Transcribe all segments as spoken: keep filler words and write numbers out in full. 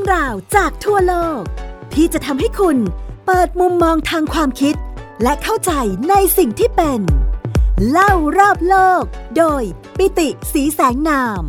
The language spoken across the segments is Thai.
ราวจากทั่วโลกที่จะทำให้คุณเปิดมุมมองทางความคิดและเข้าใจในสิ่งที่เป็นเล่ารอบโลกโดยปิติศรีแสงนาม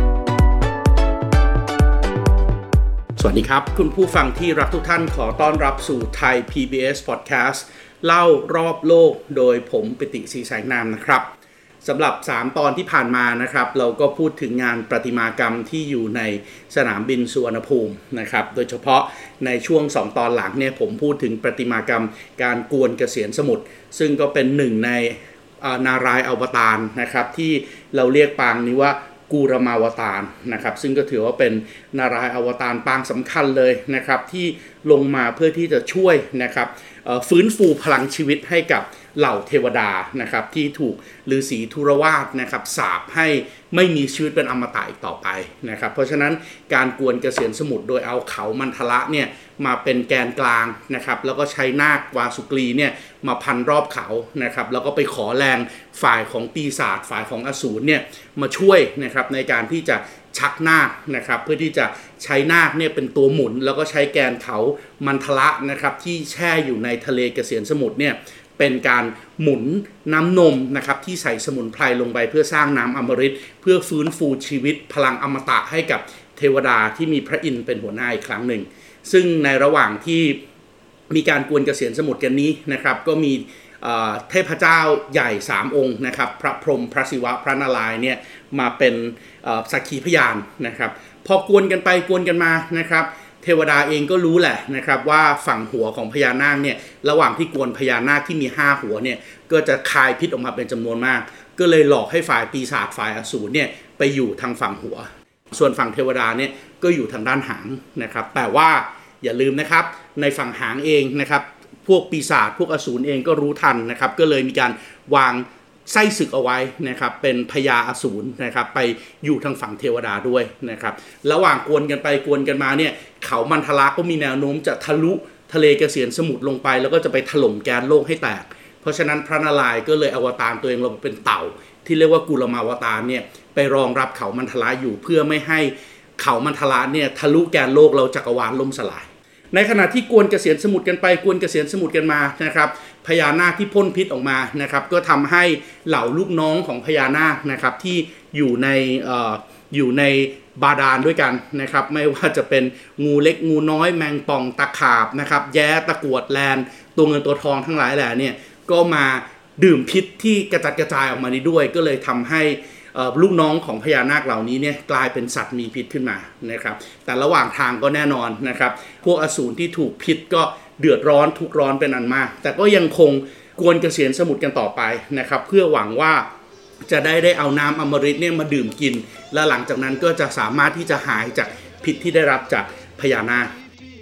สวัสดีครับคุณผู้ฟังที่รักทุกท่านขอต้อนรับสู่ไทย พี บี เอส Podcast เล่ารอบโลกโดยผมปิติศรีแสงนามนะครับสำหรับสามตอนที่ผ่านมานะครับเราก็พูดถึงงานประติมากรรมที่อยู่ในสนามบินสุวรรณภูมินะครับโดยเฉพาะในช่วงสองตอนหลังเนี่ยผมพูดถึงประติมากรรมการกวนเกษียณสมุทรซึ่งก็เป็นหนึ่งในนารายณ์อวตารนะครับที่เราเรียกปางนี้ว่ากูรมาวตารนะครับซึ่งก็ถือว่าเป็นนารายณ์อวตารปางสำคัญเลยนะครับที่ลงมาเพื่อที่จะช่วยนะครับฟื้นฟูพลังชีวิตให้กับเหล่าเทวดานะครับที่ถูกฤาษีธุรวาสนะครับสาปให้ไม่มีชีวิตเป็นอมตะอีกต่อไปนะครับเพราะฉะนั้นการกวนเกษียณสมุทรโดยเอาเขามันทละเนี่ยมาเป็นแกนกลางนะครับแล้วก็ใช้นาควาสุกรีเนี่ยมาพันรอบเขานะครับแล้วก็ไปขอแรงฝ่ายของปีศาจฝ่ายของอสูรเนี่ยมาช่วยนะครับในการที่จะชักนาคนะครับเพื่อที่จะใช้นาคเนี่ยเป็นตัวหมุนแล้วก็ใช้แกนเขามันทละนะครับที่แช่อยู่ในทะเลเกษียณสมุทรเนี่ยเป็นการหมุนน้ำนมนะครับที่ใส่สมุนไพรลงไปเพื่อสร้างน้ำอมฤตเพื่อฟื้นฟูชีวิตพลังอมตะให้กับเทวดาที่มีพระอินทร์เป็นหัวหน้าอีกครั้งหนึ่งซึ่งในระหว่างที่มีการกวนเกษียณสมุทรกันนี้นะครับก็มีเทพเจ้าใหญ่สามองค์นะครับพระพรหมพระศิวะพระนารายณ์เนี่ยมาเป็นสักขีพยานนะครับพอกวนกันไปกวนกันมานะครับเทวดาเองก็รู้แหละนะครับว่าฝั่งหัวของพญานาคเนี่ยระหว่างที่กวนพญานาคที่มีห้าหัวเนี่ยก็จะคายพิษออกมาเป็นจำนวนมากก็เลยหลอกให้ฝ่ายปีศาจฝ่ายอสูรเนี่ยไปอยู่ทางฝั่งหัวส่วนฝั่งเทวดาเนี่ยก็อยู่ทางด้านหางนะครับแต่ว่าอย่าลืมนะครับในฝั่งหางเองนะครับพวกปีศาจพวกอสูรเองก็รู้ทันนะครับก็เลยมีการวางไส้ศึกเอาไว้นะครับเป็นพญาอสูรนะครับไปอยู่ทางฝั่งเทวดาด้วยนะครับระหว่างกวนกันไปกวนกันมาเนี่ยเขามันทละก็มีแนวโน้มจะทะลุทะเลเกษียณสมุทรลงไปแล้วก็จะไปถล่มแกนโลกให้แตกเพราะฉะนั้นพระนารายณ์ก็เลยอวตารตัวเองลงเป็นเต่าที่เรียกว่ากุลมาวตารเนี่ยไปรองรับเขามันทละอยู่เพื่อไม่ให้เขามันทละเนี่ยทะลุแกนโลกเราจักรวาลล่มสลายในขณะที่กวนเกษียณสมุทรกันไปกวนเกษียณสมุทรกันมานะครับพญานาคที่พ่นพิษออกมานะครับก็ทำให้เหล่าลูกน้องของพญานาคนะครับที่อยู่ในเอ่ออยู่ในบาดาลด้วยกันนะครับไม่ว่าจะเป็นงูเล็กงูน้อยแมงป่องตะขาบนะครับแย้ตะกรวดแลนตัวเงินตัวทองทั้งหลายแหละเนี่ยก็มาดื่มพิษที่กระจัดกระจายออกมานี้ด้วยก็เลยทำให้ลูกน้องของพญานาคเหล่านี้เนี่ยกลายเป็นสัตว์มีพิษขึ้นมานะครับแต่ระหว่างทางก็แน่นอนนะครับพวกอสูรที่ถูกพิษก็เดือดร้อนทุกร้อนเป็นอันมากแต่ก็ยังคงกวนเกษียณสมุทรกันต่อไปนะครับเพื่อหวังว่าจะได้ได้เอาน้ำอมฤตเนี่ยมาดื่มกินและหลังจากนั้นก็จะสามารถที่จะหายจากพิษที่ได้รับจากพญานาค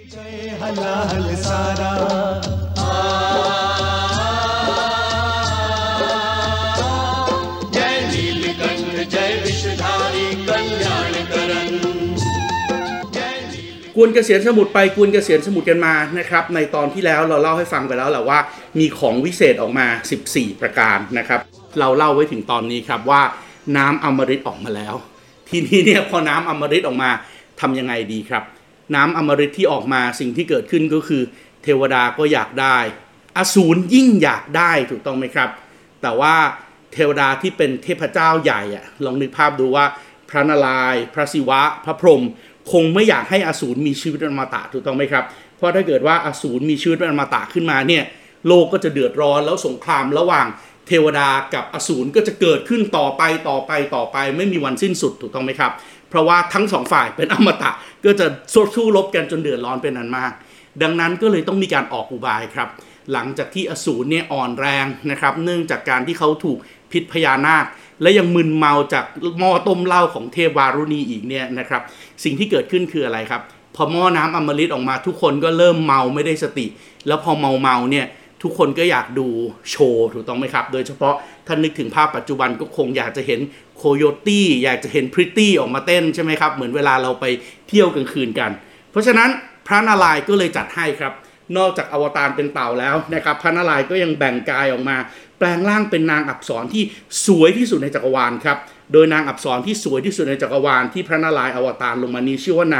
กวนเกษียณสมุทรไปกวนเกษียณสมุทรกันมานะครับในตอนที่แล้วเราเล่าให้ฟังไปแล้วแหละว่ามีของวิเศษออกมาสิบสี่ประการนะครับเราเล่าไว้ถึงตอนนี้ครับว่าน้ำอมฤตออกมาแล้วทีนี้เนี่ยพอน้ำอมฤตออกมาทำยังไงดีครับน้ำอมฤตที่ออกมาสิ่งที่เกิดขึ้นก็คือเทวดาก็อยากได้อสูรยิ่งอยากได้ถูกต้องไหมครับแต่ว่าเทวดาที่เป็นเทพเจ้าใหญ่อะลองนึกภาพดูว่าพระนารายณ์พระศิวะพระพรหมคงไม่อยากให้อสูรมีชีวิตเป็นอมตะถูกต้องไหมครับเพราะถ้าเกิดว่าอสูรมีชีวิตเป็นอมตะขึ้นมาเนี่ยโลกก็จะเดือดร้อนแล้วสงครามระหว่างเทวดากับอสูรก็จะเกิดขึ้นต่อไปต่อไปต่อไปไม่มีวันสิ้นสุดถูกต้องไหมครับเพราะว่าทั้งสองฝ่ายเป็นอมตะก็จะสู้รบกันจนเดือดร้อนเป็นอันมากดังนั้นก็เลยต้องมีการออกอุบายครับหลังจากที่อสูรเนี่ยอ่อนแรงนะครับเนื่องจากการที่เขาถูกพิษพญานาคและยังมึนเมาจากหม้อต้มเหล้าของเทพวารุณีอีกเนี่ยนะครับสิ่งที่เกิดขึ้นคืออะไรครับพอหม้อน้ำอมฤตออกมาทุกคนก็เริ่มเมาไม่ได้สติแล้วพอเมาเมาเนี่ยทุกคนก็อยากดูโชว์ถูกต้องไหมครับโดยเฉพาะถ้านึกถึงภาพปัจจุบันก็คงอยากจะเห็นโคโยตี้อยากจะเห็นพริตตี้ออกมาเต้นใช่ไหมครับเหมือนเวลาเราไปเที่ยวกลางคืนกันเพราะฉะนั้นพระนารายณ์ก็เลยจัดให้ครับนอกจากอวตารเป็นเต่าแล้วนะครับพระนารายณ์ก็ยังแบ่งกายออกมาแปลงร่างเป็นนางอัปสรที่สวยที่สุดในจักรวาลครับโดยนางอัปสรที่สวยที่สุดในจักรวาลที่พระนารายณ์อวตารลงมานี้ชื่อว่านาง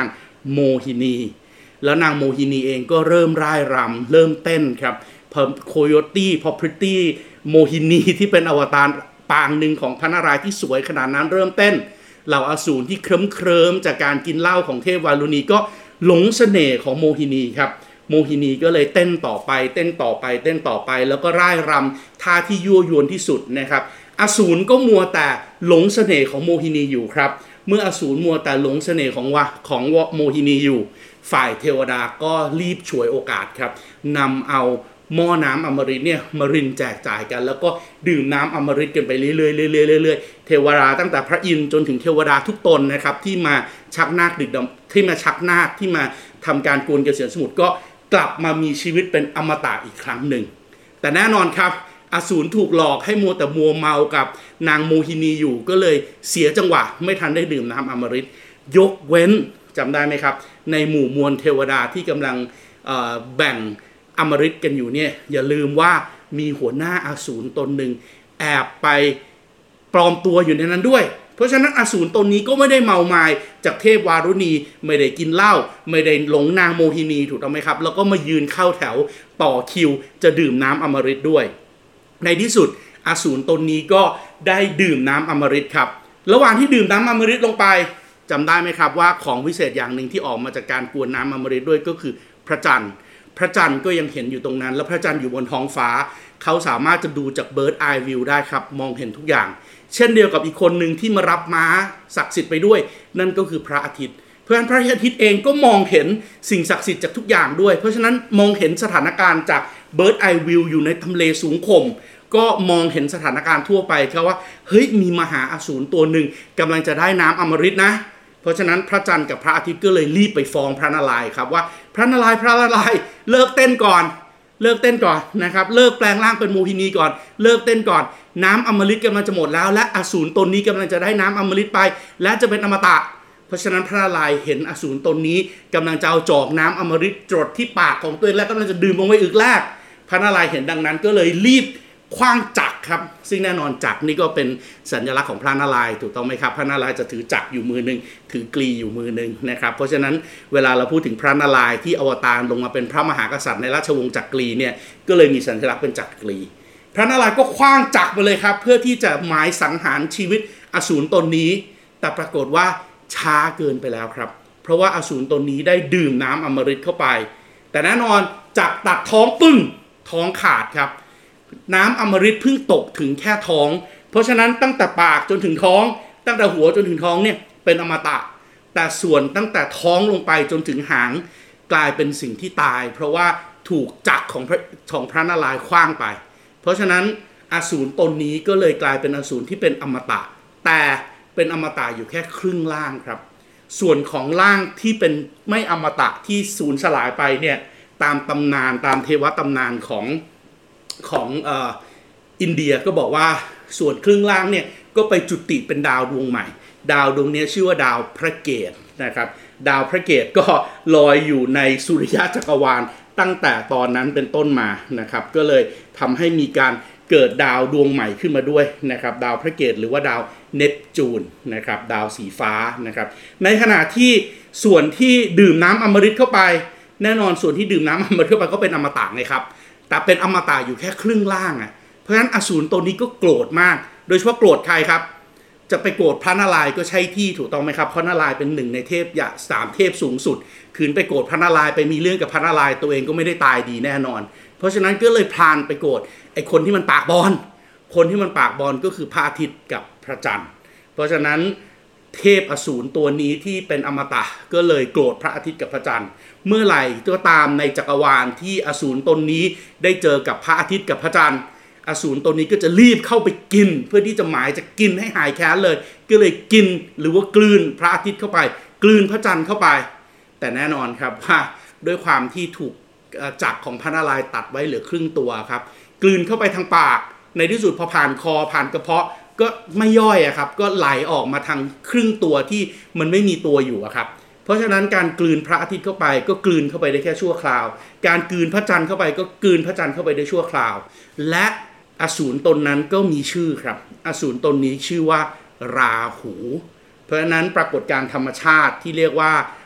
โมหินีแล้วนางโมหินีเองก็เริ่มร่ายรำเริ่มเต้นครับพอโคโยตี้พอพริตตี้โมหินีที่เป็นอวตารปางหนึ่งของพระนารายณ์ที่สวยขนาดนั้นเริ่มเต้นเหล่าอสูรที่เคลิ้มเคลิ้มจากการกินเหล้าของเทพวารุณีก็หลงเสน่ห์ของโมหินีครับโมหินีก็เลยเต้นต่อไปเต้นต่อไปเต้นต่อไปแล้วก็ร่ายรำท่าที่ยั่วยวนที่สุดนะครับอสูรก็มัวแต่หลงเสน่ห์ของโมหินีอยู่ครับเมื่ออสูรมัวแต่หลงเสน่ห์ของวะของโมหินีอยู่ฝ่ายเทวดาก็รีบฉวยโอกาสครับนำเอาหม้อน้ำอมฤตเนี่ยมารินแจกจ่ายกันแล้วก็ดื่มน้ำอมฤตกันไปเรื่อยๆเรื่อยๆเรื่อยๆเทวดาตั้งแต่พระอินทร์จนถึงเทวดาทุกตนนะครับที่มาชักนาคดึกดำที่มาชักนาคที่มาทำการกวนเกษียณสมุทรก็กลับมามีชีวิตเป็นอมตะอีกครั้งหนึ่งแต่แน่นอนครับอสูรถูกหลอกให้มัวแต่มัวเมากับนางโมหินีอยู่ก็เลยเสียจังหวะไม่ทันได้ดื่มน้ำอมฤตยกเว้นจำได้ไหมครับในหมู่มวลเทวดาที่กำลังแบ่งอมฤตกันอยู่เนี่ยอย่าลืมว่ามีหัวหน้าอสูรตนหนึ่งแอบไปปลอมตัวอยู่ในนั้นด้วยเพราะฉะนั้นอสูรตนนี้ก็ไม่ได้เมามายจากเทพวารุณีไม่ได้กินเหล้าไม่ได้หลงนางโมหินีถูกต้องไหมครับแล้วก็มายืนเข้าแถวต่อคิวจะดื่มน้ำอมฤตด้วยในที่สุดอสูรตนนี้ก็ได้ดื่มน้ำอมฤตครับระหว่างที่ดื่มน้ำอมฤตลงไปจำได้ไหมครับว่าของวิเศษอย่างหนึ่งที่ออกมาจากการกวนน้ำอมฤตด้วยก็คือพระจันทร์พระจันทร์ก็ยังเห็นอยู่ตรงนั้นแล้วพระจันทร์อยู่บนท้องฟ้าเขาสามารถจะดูจาก Bird Eye View ได้ครับมองเห็นทุกอย่างเช่นเดียวกับอีกคนหนึ่งที่มารับม้าศักดิ์สิทธิ์ไปด้วยนั่นก็คือพระอาทิตย์เพราะฉะนั้นพระอาทิตย์เองก็มองเห็นสิ่งศักดิ์สิทธิ์จากทุกอย่างด้วยเพราะฉะนั้นมองเห็นสถานการณ์จาก Bird Eye View อยู่ในทำเลสูงข่มก็มองเห็นสถานการณ์ทั่วไปครับว่าเฮ้ยมีมหาอสูรตัวหนึ่งกำลังจะได้น้ำอมฤตนะเพราะฉะนั้นพระจันทร์กับพระอาทิตย์ก็เลยรีบไปฟ้องพระนารายณ์ครับว่าพระนารายณ์พระนารายณ์เลิกเต้นก่อนเลิกเต้นก่อนนะครับเลิกแปลงร่างเป็นโมหินีก่อนเลิกเต้นก่อนน้ำอมฤตกำลังจะหมดแล้วและอสูรตนนี้กำลังจะได้น้ำอมฤตไปและจะเป็นอมตะเพราะฉะนั้นพระนารายณ์เห็นอสูรตนนี้กำลังจะเอาจอกน้ำอมฤตจดที่ปากของตัวเองและกำลังจะดื่มลงไปอึกแรกพระนารายณ์เห็นดังนั้นก็เลยรีบขว้างจักรครับซึ่งแน่นอนจักรนี่ก็เป็นสัญลักษณ์ของพระนารายณ์ถูกต้องไหมครับพระนารายณ์จะถือจักรอยู่มือนึงถือกลีอยู่มือนึงนะครับเพราะฉะนั้นเวลาเราพูดถึงพระนารายณ์ที่อวตารลงมาเป็นพระมหากษัตริย์ในราชวงศ์จักรีเนี่ยก็เลยมีสัญลักษณ์เป็นจักรกลีพระนารายณ์ก็ขว้างจักรไปเลยครับเพื่อที่จะหมายสังหารชีวิตอสูรตนนี้แต่ปรากฏว่าช้าเกินไปแล้วครับเพราะว่าอสูรตนนี้ได้ดื่มน้ำอมฤตเข้าไปแต่แน่นอนจักรตัดท้องปึ้งท้องขาดครับน้ำอมฤตเพิ่งตกถึงแค่ท้องเพราะฉะนั้นตั้งแต่ปากจนถึงท้องตั้งแต่หัวจนถึงท้องเนี่ยเป็นอมตะแต่ส่วนตั้งแต่ท้องลงไปจนถึงหางกลายเป็นสิ่งที่ตายเพราะว่าถูกจักรของพระของพระนารายณ์ขว้างไปเพราะฉะนั้นอสูรตนนี้ก็เลยกลายเป็นอสูรที่เป็นอมตะแต่เป็นอมตะอยู่แค่ครึ่งล่างครับส่วนของล่างที่เป็นไม่อมตะที่สูญสลายไปเนี่ยตามตำนานตามเทวตำนานของของเอ่ออินเดียก็บอกว่าส่วนครึ่งล่างเนี่ยก็ไปจุติเป็นดาวดวงใหม่ดาวดวงนี้ชื่อว่าดาวพระเกตนะครับดาวพระเกตก็ลอยอยู่ในสุริยะจักรวาลตั้งแต่ตอนนั้นเป็นต้นมานะครับก็เลยทำให้มีการเกิดดาวดวงใหม่ขึ้นมาด้วยนะครับดาวพระเกตหรือว่าดาวเนปจูนนะครับดาวสีฟ้านะครับในขณะที่ส่วนที่ดื่มน้ำอมฤตเข้าไปแน่นอนส่วนที่ดื่มน้ำอมฤตเข้าไปก็เป็นอมตะไงครับแต่เป็นอมตะอยู่แค่ครึ่งล่างอ่ะเพราะฉะนั้นอสูรตัวนี้ก็โกรธมากโดยเฉพาะโกรธใครครับจะไปโกรธพระนารายณ์ก็ใช่ที่ถูกต้องไหมครับเพราะนารายณ์เป็นหนึ่งในเทพยะสามเทพสูงสุดขืนไปโกรธพระนารายณ์ไปมีเรื่องกับพระนารายณ์ตัวเองก็ไม่ได้ตายดีแน่นอนเพราะฉะนั้นก็เลยพลานไปโกรธไอ้คนที่มันปากบอลคนที่มันปากบอลก็คือพระอาทิตย์กับพระจันทร์เพราะฉะนั้นเทพอสูรตัวนี้ที่เป็นอมตะก็เลยโกรธพระอาทิตย์กับพระจันทร์เมื่อไหร่ก็ตามในจักรวาลที่อสูรตนนี้ได้เจอกับพระอาทิตย์กับพระจันทร์อสูรตนนี้ก็จะรีบเข้าไปกินเพื่อที่จะหมายจะกินให้หายแค้นเลยก็เลยกินหรือว่ากลืนพระอาทิตย์เข้าไปกลืนพระจันทร์เข้าไปแต่แน่นอนครับว่าด้วยความที่ถูกจักรของพระนารายณ์ตัดไว้เหลือครึ่งตัวครับกลืนเข้าไปทางปากในที่สุดพอผ่านคอผ่านกระเพาะก็ไม่ย่อยอะครับก็ไหลออกมาทางครึ่งตัวที่มันไม่มีตัวอยู่อะครับเพราะฉะนั้นการกลืนพระอาทิตย์เข้าไปก็กลืนเข้าไปได้แค่ชั่วคราวการกลืนพระจันทร์เข้าไปก็กลืนพระจันทร์เข้าไปได้ชั่วคราวและอสูรตนนั้นก็มีชื่อครับอสูรตนนี้ชื่อว่าราหูเพราะฉะนั้นปรากฏการณ์ธรรมชาติที่เรียกว่า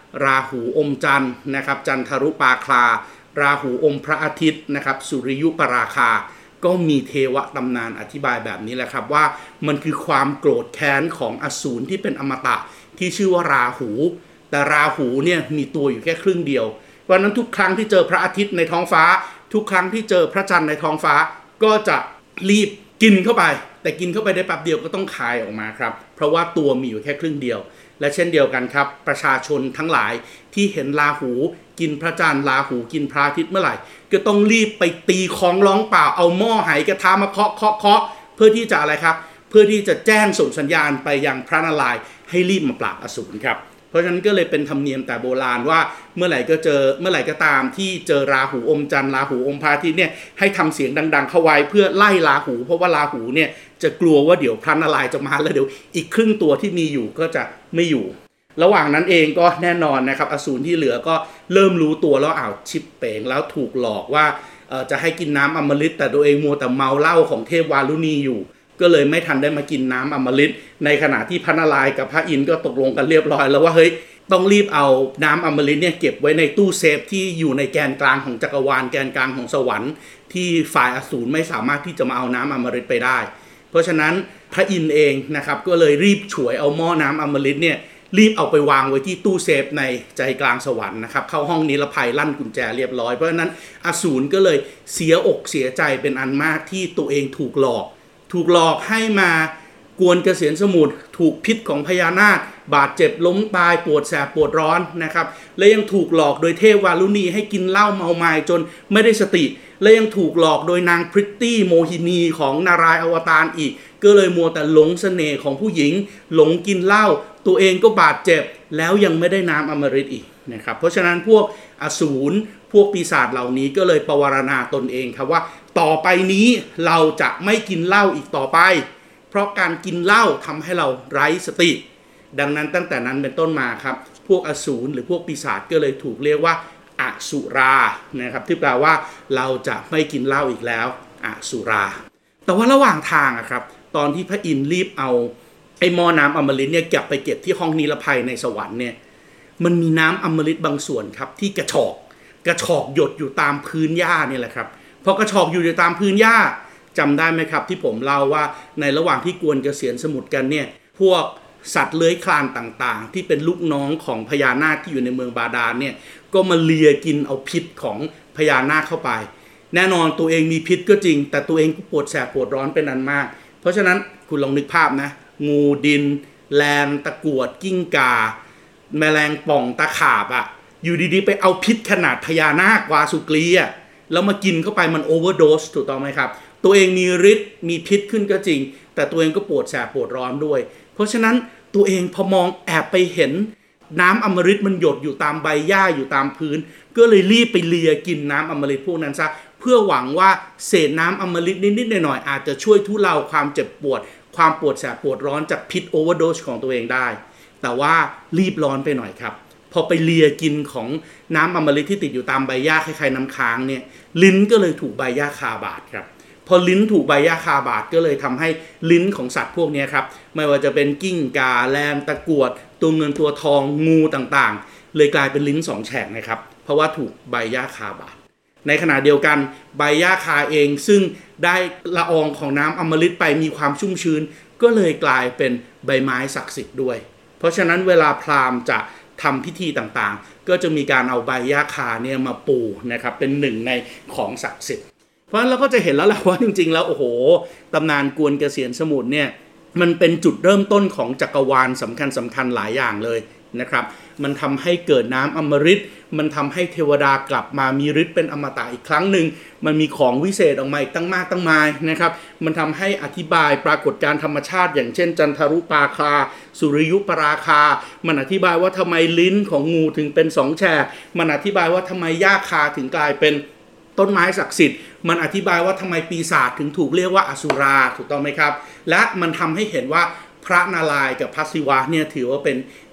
ราหูอมจันทร์นะครับจันทรุปาคาราหูอมพระอาทิตย์นะครับสุริยุปราคาก็มีเทวตำนานอธิบายแบบนี้แหละครับว่ามันคือความโกรธแค้นของอสูรที่เป็นอมตะที่ชื่อว่าราหูแต่ราหูเนี่ยมีตัวอยู่แค่ครึ่งเดียวเพราะนั้นทุกครั้งที่เจอพระอาทิตย์ในท้องฟ้าทุกครั้งที่เจอพระจันทร์ในท้องฟ้าก็จะรีบกินเข้าไปแต่กินเข้าไปได้แป๊บเดียวก็ต้องคายออกมาครับเพราะว่าตัวมีอยู่แค่ครึ่งเดียวและเช่นเดียวกันครับประชาชนทั้งหลายที่เห็นราหูกินพระจันทร์ราหูกินพระอาทิตย์เมื่อไหร่ก็ต้องรีบไปตีของร้องเปล่าเอาหม้อไหกระทะมาเคาะเคาะเคาะเพื่อที่จะอะไรครับเพื่อที่จะแจ้งส่งสัญญาณไปยังพระนารายณ์ให้รีบมาปราบอสูรครับเพราะฉะนั้นก็เลยเป็นธรรมเนียมแต่โบราณว่าเมื่อไหร่ก็เจอเมื่อไหร่ก็ตามที่เจอราหูอมจันทร์ราหูอมพระอาทิตย์เนี่ยให้ทำเสียงดังๆเข้าไว้เพื่อไล่ราหูเพราะว่าราหูเนี่ยจะกลัวว่าเดี๋ยวพระนารายณ์จะมาแล้วเดี๋ยวอีกครึ่งตัวที่มีอยู่ก็จะไม่อยู่ระหว่างนั้นเองก็แน่นอนนะครับอสูรที่เหลือก็เริ่มรู้ตัวแล้วอ้าวชิบเป๋งแล้วถูกหลอกว่าจะให้กินน้ำอมฤตแต่ตัวเองมัวแต่เมาเหล้าของเทพวารุณีอยู่ก็เลยไม่ทันได้มากินน้ำอมฤตในขณะที่พระนารายณ์กับพระอินทร์ก็ตกลงกันเรียบร้อยแล้วว่าเฮ้ยต้องรีบเอาน้ำอมฤตเนี่ยเก็บไว้ในตู้เซฟที่อยู่ในแกนกลางของจักรวาลแกนกลางของสวรรค์ที่ฝ่ายอสูรไม่สามารถที่จะมาเอาน้ำอมฤตไปได้เพราะฉะนั้นพระอินทร์เองนะครับก็เลยรีบฉวยเอาหม้อน้ำอมฤตเนี่ยรีบเอาไปวางไว้ที่ตู้เซฟในใจกลางสวรรค์นะครับเข้าห้องนิรภัยลั่นกุญแจเรียบร้อยเพราะฉะนั้นอสูรก็เลยเสียอกเสียใจเป็นอันมากที่ตัวเองถูกหลอกถูกหลอกให้มากวนเกษียณสมุทรถูกพิษของพญานาคบาดเจ็บล้มตายปวดแสบปวดร้อนนะครับและยังถูกหลอกโดยเทพวารุณีให้กินเหล้าเมาไม้จนไม่ได้สติและยังถูกหลอกโดยนางพริตตี้โมหินีของนารายณ์อวตารอีกก็เลยมัวแต่หลงเสน่ห์ของผู้หญิงหลงกินเหล้าตัวเองก็บาดเจ็บแล้วยังไม่ได้น้ำอมฤตอีกนะครับเพราะฉะนั้นพวกอสูรพวกปีศาจเหล่านี้ก็เลยปวารณาตนเองครับว่าต่อไปนี้เราจะไม่กินเหล้าอีกต่อไปเพราะการกินเหล้าทำให้เราไร้สติดังนั้นตั้งแต่นั้นเป็นต้นมาครับพวกอสูรหรือพวกปีศาจก็เลยถูกเรียกว่าอสุรานะครับที่แปลว่าเราจะไม่กินเหล้าอีกแล้วอสุราแต่ว่าระหว่างทางอะครับตอนที่พระอินทร์รีบเอาไอ้หม้อน้ำอมฤตเนี่ยเก็บไปเก็บที่ห้องนิรภัยในสวรรค์เนี่ยมันมีน้ำอมฤตบางส่วนครับที่กระชอกกระชอกหยดอยู่ตามพื้นหญ้านี่แหละครับพอกระชอกอยู่ตามพื้นหญ้าจำได้ไหมครับที่ผมเล่าว่าในระหว่างที่กวนเกษียณสมุทรกันเนี่ยพวกสัตว์เลื้อยคลานต่างๆที่เป็นลูกน้องของพญานาคที่อยู่ในเมืองบาดาลเนี่ยก็มาเลียกินเอาพิษของพญานาคเข้าไปแน่นอนตัวเองมีพิษก็จริงแต่ตัวเองก็ปวดแสบปวดร้อนเป็นอันมากเพราะฉะนั้นคุณลองนึกภาพนะงูดินแลนตะกรวดกิ้งก่าแมลงป่องตะขาบอ่ะอยู่ดีๆไปเอาพิษขนาดพญานาควาสุกรีอ่ะแล้วมากินเข้าไปมันโอเวอร์โดสถูกต้องไหมครับตัวเองมีฤทธิ์มีพิษขึ้นก็จริงแต่ตัวเองก็ปวดแสบปวดร้อนด้วยเพราะฉะนั้นตัวเองพอมองแอบไปเห็นน้ำอมฤตมันหยดอยู่ตามใบหญ้าอยู่ตามพื้นก็เลยรีบไปเลียกินน้ำอมฤตพวกนั้นซะเพื่อหวังว่าเศษน้ำอมฤตนิดๆหน่อยๆอาจจะช่วยทุเลาความเจ็บปวดความปวดแสบปวดร้อนจากพิษโอเวอร์โดสของตัวเองได้แต่ว่ารีบร้อนไปหน่อยครับพอไปเลียกินของน้ำอมฤตที่ติดอยู่ตามใบหญ้าคล้ายๆน้ำค้างเนี่ยลิ้นก็เลยถูกใบหญ้าคาบาดครับพอลิ้นถูกใบหญ้าคาบาดก็เลยทำให้ลิ้นของสัตว์พวกนี้ครับไม่ว่าจะเป็นกิ้งก่าแลนตะกรวดตัวเงินตัวทองงูต่างๆเลยกลายเป็นลิ้นสองแฉกนะครับเพราะว่าถูกใบหญ้าคาบาดในขณะเดียวกันใบหญ้าคาเองซึ่งได้ละอองของน้ำอมฤตไปมีความชุ่มชื้นก็เลยกลายเป็นใบไม้ศักดิ์สิทธิ์ด้วยเพราะฉะนั้นเวลาพราหมณ์จะทำพิธีต่างๆก็จะมีการเอาใบหญ้าคาเนี่ยมาปูนะครับเป็นหนึ่งในของศักดิ์สิทธิ์เพราะฉะนั้นเราก็จะเห็นแล้วแหละว่าจริงๆแล้วโอ้โหตำนานกวนเกษียณสมุทรเนี่ยมันเป็นจุดเริ่มต้นของจักรวาลสำคัญสำคัญหลายอย่างเลยนะครับมันทำให้เกิดน้ำอมฤตมันทำให้เทวดากลับมามีฤทธิ์เป็นอมตะอีกครั้งหนึ่งมันมีของวิเศษออกมาอีกตั้งมากตั้งมายนะครับมันทำให้อธิบายปรากฏการณ์ธรรมชาติอย่างเช่นจันทรุปาคาสุริยุปราคามันอธิบายว่าทำไมลิ้นของงูถึงเป็นสองแฉกมันอธิบายว่าทำไมหญ้าคาถึงกลายเป็นต้นไม้ศักดิ์สิทธิ์มันอธิบายว่าทำไมปีศาจถึงถูกเรียกว่าอสุราถูกต้องไหมครับและมันทำให้เห็นว่าพระนารายณ์กับพระศิวะเนี่ยถือว่าเป็น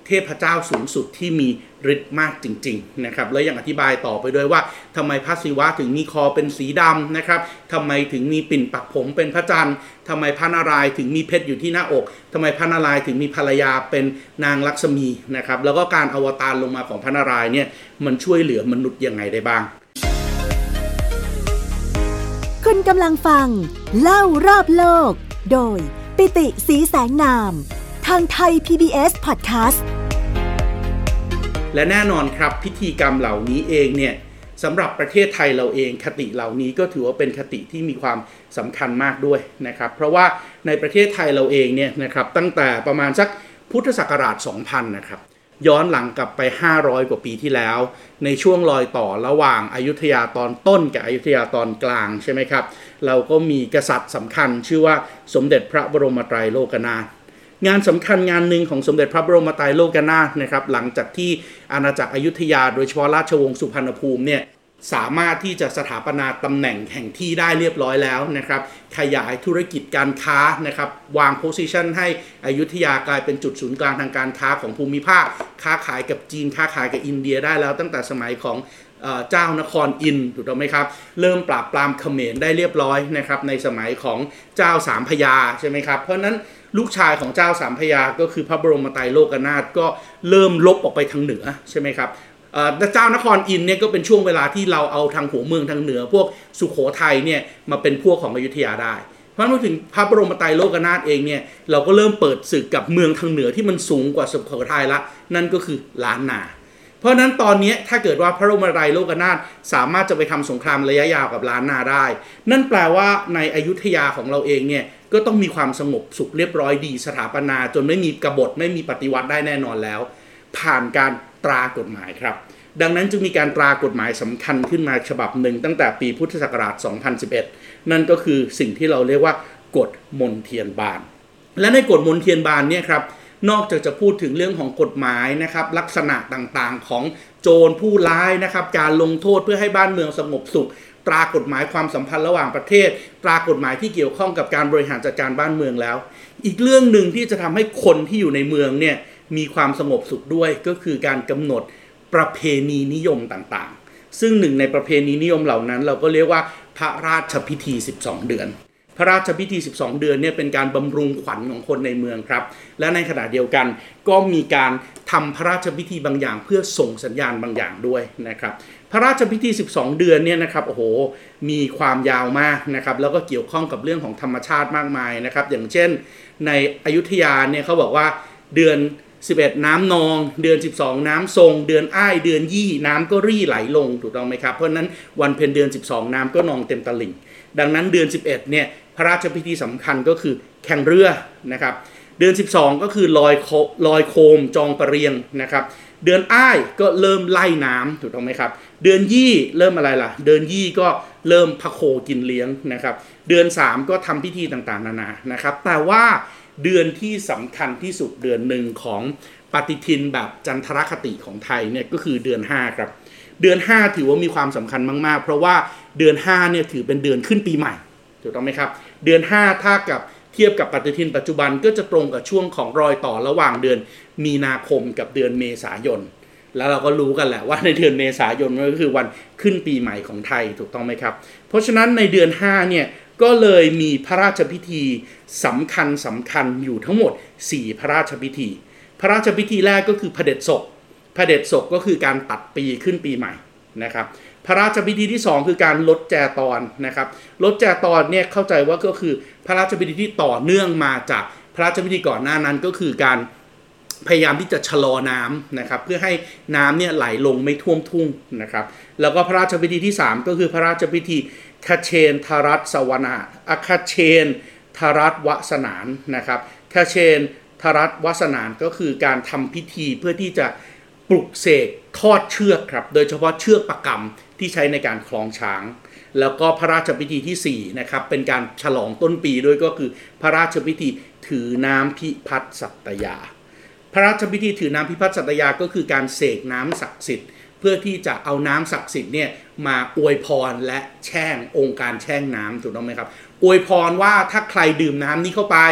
เทพเจ้าสูงสุดที่มีฤทธิ์มากจริงๆนะครับแล้วยังอธิบายต่อไปด้วยว่าทำไมพระศิวะถึงมีคอเป็นสีดำนะครับทำไมถึงมีปิ่นปักผมเป็นพระจันทร์ทำไมพระนารายณ์ถึงมีเพชรอยู่ที่หน้าอกทำไมพระนารายณ์ถึงมีภรรยาเป็นนางลักษมีนะครับแล้วก็การอวตารลงมาของพระนารายณ์เนี่ยมันช่วยเหลือมนุษย์ยังไงได้บ้างคุณกำลังฟังเล่ารอบโลกโดยปิติศรีแสงนามทางไทย พี บี เอส Podcast และแน่นอนครับพิธีกรรมเหล่านี้เองเนี่ยสำหรับประเทศไทยเราเองคติเหล่านี้ก็ถือว่าเป็นคติที่มีความสำคัญมากด้วยนะครับเพราะว่าในประเทศไทยเราเองเนี่ยนะครับตั้งแต่ประมาณสักพุทธศักราช สองพัน นะครับย้อนหลังกลับไปห้าร้อยกว่าปีที่แล้วในช่วงรอยต่อระหว่างอยุธยาตอนต้นกับอยุธยาตอนกลางใช่ไหมครับเราก็มีกษัตริย์สำคัญชื่อว่าสมเด็จพระบรมไตรโลกนาถงานสำคัญงานหนึ่งของสมเด็จพระบรมไตรโลกนาถนะครับหลังจากที่อาณาจักรอยุธยาโดยเฉพาะราชวงศ์สุพรรณภูมิเนี่ยสามารถที่จะสถาปนาตำแหน่งแห่งที่ได้เรียบร้อยแล้วนะครับขยายธุรกิจการค้านะครับวางโพสิชันให้อยุธยากลายเป็นจุดศูนย์กลางทางการค้าของภูมิภาคค้าขายกับจีนค้าขายกับอินเดียได้แล้วตั้งแต่สมัยของเจ้านครอินทร์ถูกต้องไหมครับเริ่มปราบปรามเขมรได้เรียบร้อยนะครับในสมัยของเจ้าสามพระยาใช่ไหมครับเพราะนั้นลูกชายของเจ้าสามพระยาก็คือพระบรมไตรโลกนาถก็เริ่มลบออกไปทางเหนือใช่ไหมครับเจ้านครอินทร์เนี่ยก็เป็นช่วงเวลาที่เราเอาทางหัวเมืองทางเหนือพวกสุโขทัยเนี่ยมาเป็นพวกของอยุธยาได้เพราะเมื่อถึงพระบรมไตรโลกนาถเองเนี่ยเราก็เริ่มเปิดศึกกับเมืองทางเหนือที่มันสูงกว่าสุโขทัยละนั่นก็คือล้านนาเพราะนั้นตอนนี้ถ้าเกิดว่าพระบรมไตรโลกนาถสามารถจะไปทำสงครามระยะยาวกับล้านนาได้นั่นแปลว่าในอยุธยาของเราเองเนี่ยก็ต้องมีความสงบสุขเรียบร้อยดีสถาปนาจนไม่มีกบฏไม่มีปฏิวัติได้แน่นอนแล้วผ่านการตรากฎหมายครับดังนั้นจึงมีการตรากฎหมายสำคัญขึ้นมาฉบับหนึ่งตั้งแต่ปีพุทธศักราช สองพันสิบเอ็ด นั่นก็คือสิ่งที่เราเรียกว่ากฎมนเทียนบานและในกฎมนเทียนบานเนี่ยครับนอกจากจะพูดถึงเรื่องของกฎหมายนะครับลักษณะต่างๆของโจรผู้ร้ายนะครับการลงโทษเพื่อให้บ้านเมืองสงบสุขตรากฎหมายความสัมพันธ์ระหว่างประเทศตรากฎหมายที่เกี่ยวข้องกับการบริหารจัดการบ้านเมืองแล้วอีกเรื่องหนึ่งที่จะทำให้คนที่อยู่ในเมืองเนี่ยมีความสงบสุขด้วยก็คือการกำหนดประเพณีนิยมต่างๆซึ่งหนึ่งในประเพณีนิยมเหล่านั้นเราก็เรียกว่าพระราชพิธีสิบสองเดือนพระราชพิธีสิบสองเดือนเนี่ยเป็นการบำรุงขวัญของคนในเมืองครับและในขณะเดียวกันก็มีการทำพระราชพิธีบางอย่างเพื่อส่งสัญญาณบางอย่างด้วยนะครับพระราชพิธีสิบสองเดือนเนี่ยนะครับโอ้โหมีความยาวมากนะครับแล้วก็เกี่ยวข้องกับเรื่องของธรรมชาติมากมายนะครับอย่างเช่นในอยุธยาเนี่ยเขาบอกว่าเดือนสิบเอ็ดน้ำนองเดือนสิบสองน้ำทรงเดือนอ้ายเดือนยี่น้ำก็รี่ไหลลงถูกต้องไหมครับเพราะนั้นวันเพ็ญเดือนสิบสองน้ำก็นองเต็มตลิ่งดังนั้นเดือนสิบเอ็ดเนี่ยพระราชพิธีสำคัญก็คือแข่งเรือนะครับเดือนสิบสองก็คือลอยโคลอยโคมจองประเรียงนะครับเดือนอ้ายก็เริ่มไล่น้ำถูกต้องไหมครับเดือนยี่เริ่มอะไรล่ะเดือนยี่ก็เริ่มพระโคกินเลี้ยงนะครับเดือนสามก็ทำพิธีต่างๆนานานะครับแต่ว่าเดือนที่สำคัญที่สุดเดือนหนึ่งของปฏิทินแบบจันทรคติของไทยเนี่ยก็คือเดือนห้าครับเดือนห้าถือว่ามีความสำคัญมากๆเพราะว่าเดือนห้าเนี่ยถือเป็นเดือนขึ้นปีใหม่ถูกต้องไหมครับเดือนห้าถ้ากับเทียบกับปฏิทินปัจจุบันก็จะตรงกับช่วงของรอยต่อระหว่างเดือนมีนาคมกับเดือนเมษายนแล้วเราก็รู้กันแหละว่าในเดือนเมษายนก็คือวันขึ้นปีใหม่ของไทยถูกต้องไหมครับเพราะฉะนั้นในเดือนห้าเนี่ยก็เลยมีพระราชพิธีสำคัญสำคัญอยู่ทั้งหมดสี่พระราชพิธีพระราชพิธีแรกก็คือเผด็จศพเผด็จศพก็คือการตัดปีขึ้นปีใหม่นะครับพระราชพิธีที่สองคือการลดแจตอนนะครับลดแจตอนเนี่ยเข้าใจว่าก็คือพระราชพิธีที่ต่อเนื่องมาจากพระราชพิธีก่อนหน้านั้นก็คือการพยายามที่จะชะลอน้ำนะครับเพื่อให้น้ำเนี่ยไหลลงไม่ท่วมทุ่งนะครับแล้วก็พระราชพิธีที่สามก็คือพระราชพิธีคเชนทรัสสวนาอคเชนทรัสวสนานนะครับคเชนทรัสวสนานก็คือการทำพิธีเพื่อที่จะปลุกเสกทอดเชือกครับโดยเฉพาะเชือกประกำที่ใช้ในการคล้องช้างแล้วก็พระราชพิธีที่สี่นะครับเป็นการฉลองต้นปีด้วยก็คือพระราชพิธีถือน้ำพิพัฒน์สัตยาพระราชพิธีถือน้ำพิพัฒน์สัตยาก็คือการเสกน้ำศักดิ์สิทธิ์เพื่อที่จะเอาน้ำศักดิ์สิทธิ์เนี่ยมาอวยพรและแช่งองค์การแช่งน้ำถูกต้องไหมครับอวยพรว่าถ้าใครดื่มน้ำนี้เข้าไป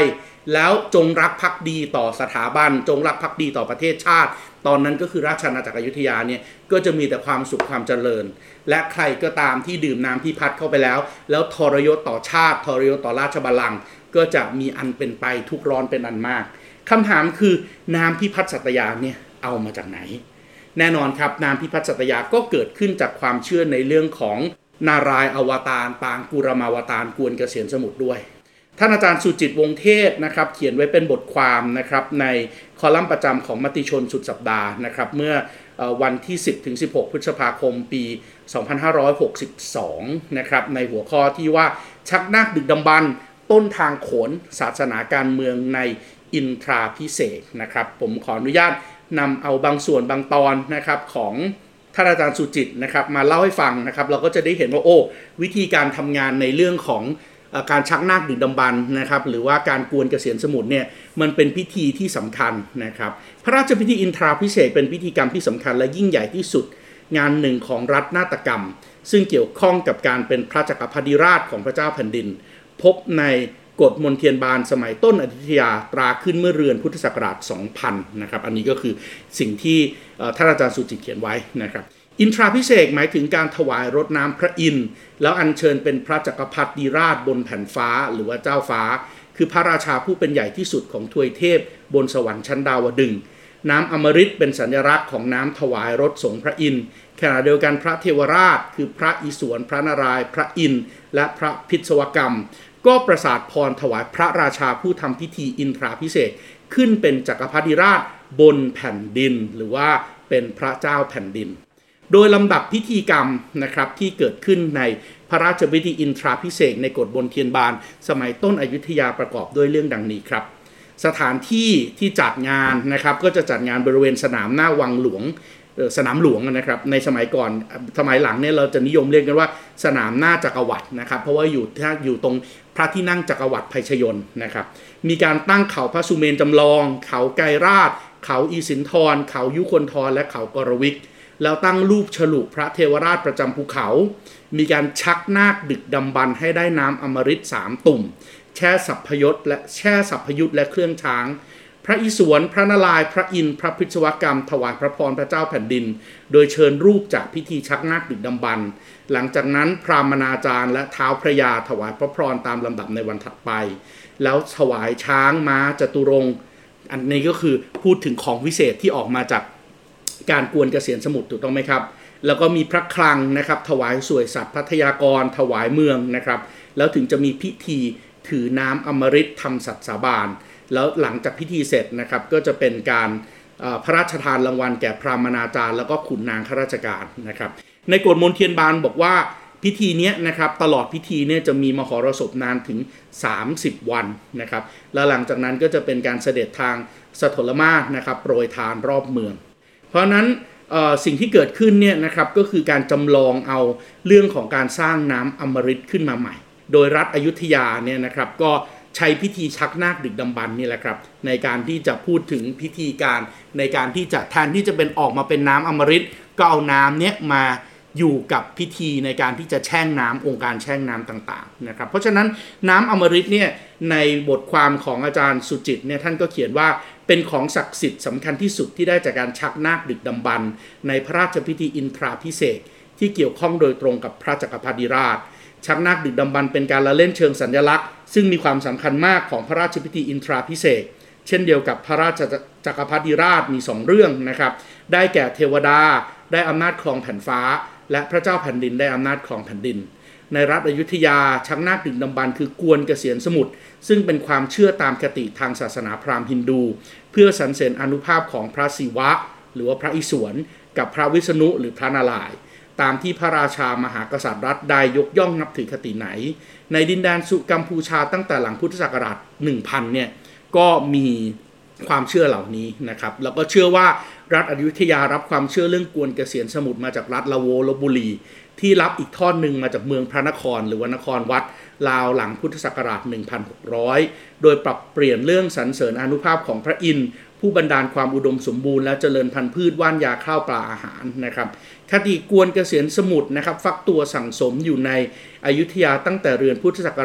แล้วจงรักภักดีต่อสถาบันจงรักภักดีต่อประเทศชาติตอนนั้นก็คือราชอาณาจักรอยุธยาเนี่ยก็จะมีแต่ความสุขความเจริญและใครก็ตามที่ดื่มน้ำพิพัฒน์เข้าไปแล้วแล้วทรยศต่อชาติทรยศต่อราชบัลลังก์ก็จะมีอันเป็นไปทุกร้อนเป็นอันมากคำถามคือน้ำพิพัฒน์สัตยาเนี่ยเอามาจากไหนแน่นอนครับน้ำพิพัฒน์สัตยาก็เกิดขึ้นจากความเชื่อในเรื่องของนารายณ์อวตารปางกุรมาวตารกวนเกษียณสมุทรด้วยท่านอาจารย์สุจิตวงศ์เทศนะครับเขียนไว้เป็นบทความนะครับในคอลัมน์ประจำของมติชนสุดสัปดาห์นะครับเมื่อวันที่ สิบถึงสิบหก พฤษภาคมปีสองพันห้าร้อยหกสิบสองนะครับในหัวข้อที่ว่าชักนาคดึกดำบรรพ์ต้นทางโขนศาสนาการเมืองในอินทราภิเษกนะครับผมขออนุญาตนำเอาบางส่วนบางตอนนะครับของท่านอาจารย์สุจิตนะครับมาเล่าให้ฟังนะครับเราก็จะได้เห็นว่าโอ้วิธีการทำงานในเรื่องของการชักนาคดึกดำบรรพ์นะครับหรือว่าการกวนเกษียณสมุทรเนี่ยมันเป็นพิธีที่สำคัญนะครับพระราชพิธีอินทราภิเษกเป็นพิธีกรรมที่สำคัญและยิ่งใหญ่ที่สุดงานหนึ่งของรัฐนาฏกรรมซึ่งเกี่ยวข้องกับการเป็นพระจักรพรรดิราชของพระเจ้าแผ่นดินพบในกฎมนเทียนบานสมัยต้นอยุธยาตราขึ้นเมื่อเรือนพุทธศักราช สองพัน นะครับอันนี้ก็คือสิ่งที่ท่านอาจารย์สุจิตเขียนไว้นะครับอินทราภิเษกหมายถึงการถวายรดน้ำพระอินทร์แล้วอัญเชิญเป็นพระจักรพรรดิราชบนแผ่นฟ้าหรือว่าเจ้าฟ้าคือพระราชาผู้เป็นใหญ่ที่สุดของทวยเทพบนสวรรค์ชั้นดาวดึงส์น้ำอมฤตเป็นสัญลักษณ์ของน้ำถวายรดสงฆ์พระอินทร์ขณะเดียวกันพระเทวราชคือพระอิศวรพระนารายณ์พระอินทร์และพระพิศวกรรมก็ประสาทพรถวายพระราชาผู้ทำพิธีอินทราภิเษกขึ้นเป็นจักรพรรดิราชบนแผ่นดินหรือว่าเป็นพระเจ้าแผ่นดินโดยลำดับพิธีกรรมนะครับที่เกิดขึ้นในพระราชพิธีอินทราภิเษกในกฎบนเทียนบานสมัยต้นอยุธยาประกอบด้วยเรื่องดังนี้ครับสถานที่ที่จัดงานนะครับก็จะจัดงานบริเวณสนามหน้าวังหลวงสนามหลวงนะครับในสมัยก่อนสมัยหลังเนี่ยเราจะนิยมเรียกกันว่าสนามหน้าจักรวรรดินะครับเพราะว่าอยู่ถ้าอยู่ตรงพระที่นั่งจักรวรรดิไพชยนต์นะครับมีการตั้งเขาพระสุเมนจำลองเขาไกรราชเขาอีสินทรเขายุคนทรและเขากรวิกแล้วตั้งรูปฉลุพระเทวราชประจำภูเขามีการชักนาคดึกดำบรรพ์ให้ได้น้ำอมฤตสามตุ่มแช่สัพพยศและแช่สัพพยุตและเครื่องช้างพระอิศวรพระนารายณ์พระอินทร์พระพิศวกรรมถวายพระพรพระเจ้าแผ่นดินโดยเชิญรูปจากพิธีชักนาคดึกดำบรรพ์หลังจากนั้นพราหมณาจารย์และท้าวพระยาถวายพระพรตามลำดับในวันถัดไปแล้วถวายช้างม้าจตุรงค์อันนี้ก็คือพูดถึงของวิเศษที่ออกมาจากการกวนเกษียณสมุทรถูกต้องไหมครับแล้วก็มีพระคลังนะครับถวายสวยสัตว์พัทยากรถวายเมืองนะครับแล้วถึงจะมีพิธีถือน้ำอมฤตทำสัตย์สาบานแล้วหลังจากพิธีเสร็จนะครับก็จะเป็นการพระราชทานรางวัลแก่พราหมณาจารย์แล้วก็ขุนนางข้าราชการนะครับในกฎมนเทียนบานบอกว่าพิธีนี้นะครับตลอดพิธีเนี่ยจะมีมหรสพนานถึงสามสิบวันนะครับแล้วหลังจากนั้นก็จะเป็นการเสด็จทางสถลมาศนะครับโปรยทานรอบเมืองเพราะนั้นสิ่งที่เกิดขึ้นเนี่ยนะครับก็คือการจำลองเอาเรื่องของการสร้างน้ำอมฤตขึ้นมาใหม่โดยรัฐอยุธยาเนี่ยนะครับก็ใช้พิธีชักนาคดึกดำบรรพ์นี่แหละครับในการที่จะพูดถึงพิธีการในการที่จะแทนที่จะเป็นออกมาเป็นน้ำอมฤตก็เอาน้ำเนี้ยมาอยู่กับพิธีในการที่จะแช่งน้ำองค์การแช่งน้ำต่างๆนะครับเพราะฉะนั้นน้ำอมฤตเนี่ยในบทความของอาจารย์สุจิตเนี่ยท่านก็เขียนว่าเป็นของศักดิ์สิทธิ์สำคัญที่สุดที่ได้จากการชักนาคดึกดำบรรพ์ในพระราชพิธีอินทราภิเษกที่เกี่ยวข้องโดยตรงกับพระจักรพรรดิราชชักนาคดึกดำบรรพ์เป็นการละเล่นเชิงสัญลักษณ์ซึ่งมีความสำคัญมากของพระราชพิธีอินทราภิเษกเช่นเดียวกับพระราชจักรพรรดิราชมีสองเรื่องนะครับได้แก่เทวดาได้อำนาจครองแผ่นฟ้าและพระเจ้าแผ่นดินได้อำนาจครองแผ่นดินในรัฐอยุธยาชักนาคดึกดำบรรพ์คือกวนเกษียณสมุทรซึ่งเป็นความเชื่อตามคติทางศาสนาพราหมณ์ฮินดูเพื่อสรรเสริญอานุภาพของพระศิวะหรือว่าพระอิศวรกับพระวิษณุหรือพระนารายณ์ตามที่พระราชามหากษัตริย์รัฐใดยกย่องนับถือคติไหนในดินแดนสุกัมพูชาตั้งแต่หลังพุทธศักราช หนึ่งพัน เนี่ยก็มีความเชื่อเหล่านี้นะครับแล้วก็เชื่อว่ารัฐอยุธยารับความเชื่อเรื่องกวนเกษียณสมุทรมาจากรัฐละโวลพบุรีที่รับอีกทอดหนึ่งมาจากเมืองพระนครหรือว่านครวัดลาวหลังพุทธศักราช หนึ่งพันหกร้อย โดยปรับเปลี่ยนเรื่องสรรเสริญอานุภาพของพระอินทร์ผู้บันดาลความอุดมสมบูรณ์และเจริญพันธุ์พืชว่านยาข้าวปลาอาหารนะครับคติกวนเกษียณสมุทรนะครับฟักตัวสั่งสมอยู่ในอยุธยาตั้งแต่เรือนพุทธศักราช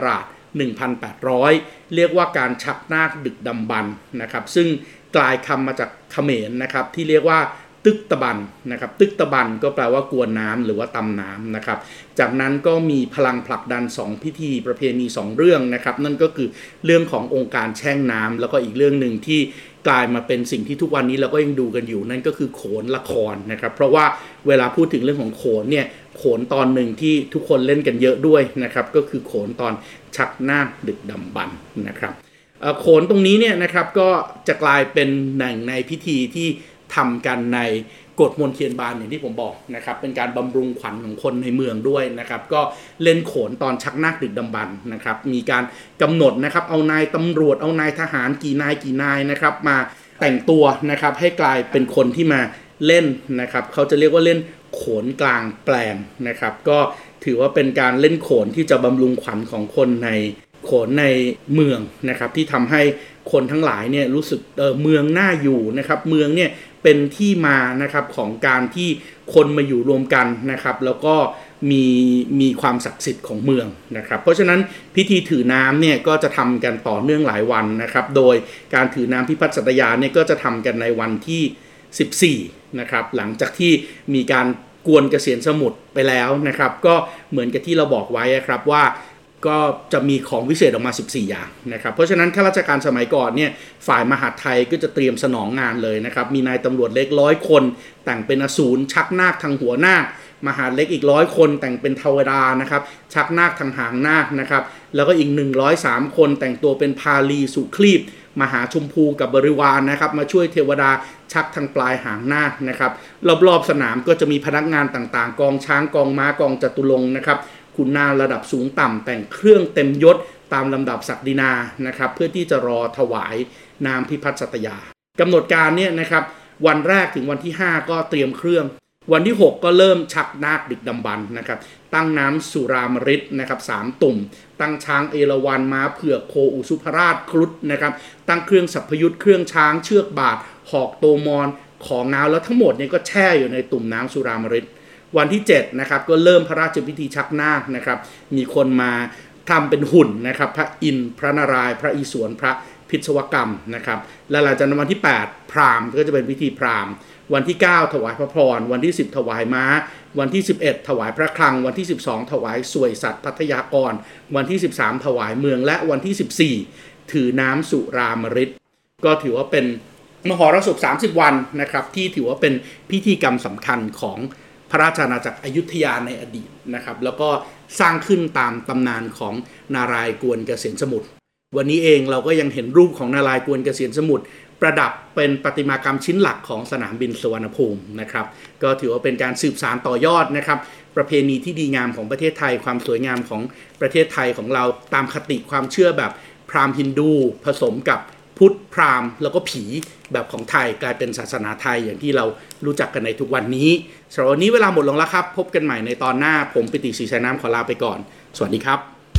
หนึ่งพันแปดร้อยเรียกว่าการชักนาคดึกดำบรรพ์นะครับซึ่งกลายคำมาจากเขมรนะครับที่เรียกว่าตึกตะบันนะครับตึกตะบันก็แปลว่ากวนน้ำหรือว่าตำน้ำนะครับจากนั้นก็มีพลังผลักดันสองพิธีประเพณีสองเรื่องนะครับนั่นก็คือเรื่องขององค์การแช่งน้ำแล้วก็อีกเรื่องหนึ่งที่กลายมาเป็นสิ่งที่ทุกวันนี้เราก็ยังดูกันอยู่นั่นก็คือโขนละครนะครับเพราะว่าเวลาพูดถึงเรื่องของโขนเนี่ยโขนตอนหนึ่งที่ทุกคนเล่นกันเยอะด้วยนะครับก็คือโขนตอนชักนาคดึกดำบรรพ์นะครับโขนตรงนี้เนี่ยนะครับก็จะกลายเป็นหนึ่งในพิธีที่ทำกันในกฎมนเทียนบานอย่างที่ผมบอกนะครับเป็นการบำรุงขวัญของคนในเมืองด้วยนะครับก็เล่นโขนตอนชักนาคดึกดำบรรพ์นะครับมีการกำหนดนะครับเอานายตำรวจเอานายทหารกี่นายกี่นายนะครับมาแต่งตัวนะครับให้กลายเป็นคนที่มาเล่นนะครับเขาจะเรียกว่าเล่นโขนกลางแปลงนะครับก็ถือว่าเป็นการเล่นโขนที่จะบำรุงขวัญของคนในโขนในเมืองนะครับที่ทำให้คนทั้งหลายเนี่ยรู้สึกเออเมืองน่าอยู่นะครับเมืองเนี่ยเป็นที่มานะครับของการที่คนมาอยู่รวมกันนะครับแล้วก็มีมีความศักดิ์สิทธิ์ของเมืองนะครับเพราะฉะนั้นพิธีถือน้ำเนี่ยก็จะทำกันต่อเนื่องหลายวันนะครับโดยการถือน้ำพิพัฒน์สัตยาเนี่ยก็จะทำกันในวันที่สิบสี่นะครับหลังจากที่มีการกวนเกษียณสมุทรไปแล้วนะครับก็เหมือนกับที่เราบอกไว้ครับว่าก็จะมีของวิเศษออกมาสิบสี่อย่างนะครับเพราะฉะนั้นข้าราชการสมัยก่อนเนี่ยฝ่ายมหาดไทยก็จะเตรียมสนองงานเลยนะครับมีนายตำรวจเล็กร้อยคนแต่งเป็นอสูรชักนาคทางหัวนาคมหาดเล็กอีกร้อยคนแต่งเป็นเทวดานะครับชักนาคทางหางนาคนะครับแล้วก็อีกหนึ่งร้อยสามคนแต่งตัวเป็นพาลีสุคลีปมหาชมพูกับบริวาร นะครับมาช่วยเทวดาชักทางปลายหางนาคนะครับรอบๆสนามก็จะมีพนักงานต่างๆกองช้างกองม้ากองจตุรงค์นะครับขุนนางระดับสูงต่ำแต่งเครื่องเต็มยศตามลำดับศักดินานะครับเพื่อที่จะรอถวายน้ำพิพัฒน์สัตยากำหนดการเนี่ยนะครับวันแรกถึงวันที่ห้าก็เตรียมเครื่องวันที่หกก็เริ่มชักนาคดึกดำบรรพ์นะครับตั้งน้ำสุรามฤตนะครับสามตุ่มตั้งช้างเอราวัณม้าเผือกโคอุสุภราชครุฑนะครับตั้งเครื่องสัพพยุตเครื่องช้างเชือกบาทหอกโตมอนของง้าวแล้วทั้งหมดเนี่ยก็แช่อยู่ในตุ่มน้ำสุรามฤตวันที่เจ็ดนะครับก็เริ่มพระราชพิธีชักนาคนะครับมีคนมาทำเป็นหุ่นนะครับพระอินทร์พระนารายณ์พระอิศวรพระพิศวกรรมนะครับและหลังจากนั้นวันที่แปดพราหมณ์ก็จะเป็นพิธีพราหมณ์วันที่เก้าถวายพระพรวันที่สิบถวายม้าวันที่สิบเอ็ดถวายพระคลังวันที่สิบสองถวายสวยสัตว์พัทยากรวันที่สิบสามถวายเมืองและวันที่สิบสี่ถือน้ำสุรามฤตก็ถือว่าเป็นมหรสพสามสิบวันนะครับที่ถือว่าเป็นพิธีกรรมสำคัญของพระราชอาณาจักรอยุธยาในอดีตนะครับแล้วก็สร้างขึ้นตามตำนานของนารายณ์กวนเกษียณสมุทรวันนี้เองเราก็ยังเห็นรูปของนารายณ์กวนเกษียณสมุทรประดับเป็นประติมากรรมชิ้นหลักของสนามบินสุวรรณภูมินะครับก็ถือว่าเป็นการสืบสานต่อยอดนะครับประเพณีที่ดีงามของประเทศไทยความสวยงามของประเทศไทยของเราตามคติความเชื่อแบบพราหมณ์ฮินดูผสมกับพุทธพราหมณ์แล้วก็ผีแบบของไทยกลายเป็นศาสนาไทยอย่างที่เรารู้จักกันในทุกวันนี้สำหรับวันนี้เวลาหมดลงแล้วครับพบกันใหม่ในตอนหน้าผมปิติศรีชัยน้ำขอลาไปก่อนสวัสดีครับ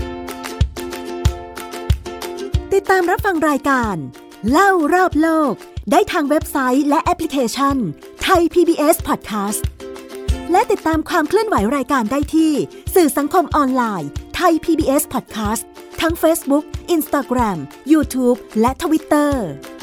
ติดตามรับฟังรายการเล่ารอบโลกได้ทางเว็บไซต์และแอปพลิเคชัน Thai พี บี เอส Podcast และติดตามความเคลื่อนไหวรายการได้ที่สื่อสังคมออนไลน์ Thai พี บี เอส Podcast ทั้ง Facebook, Instagram, YouTube และ Twitter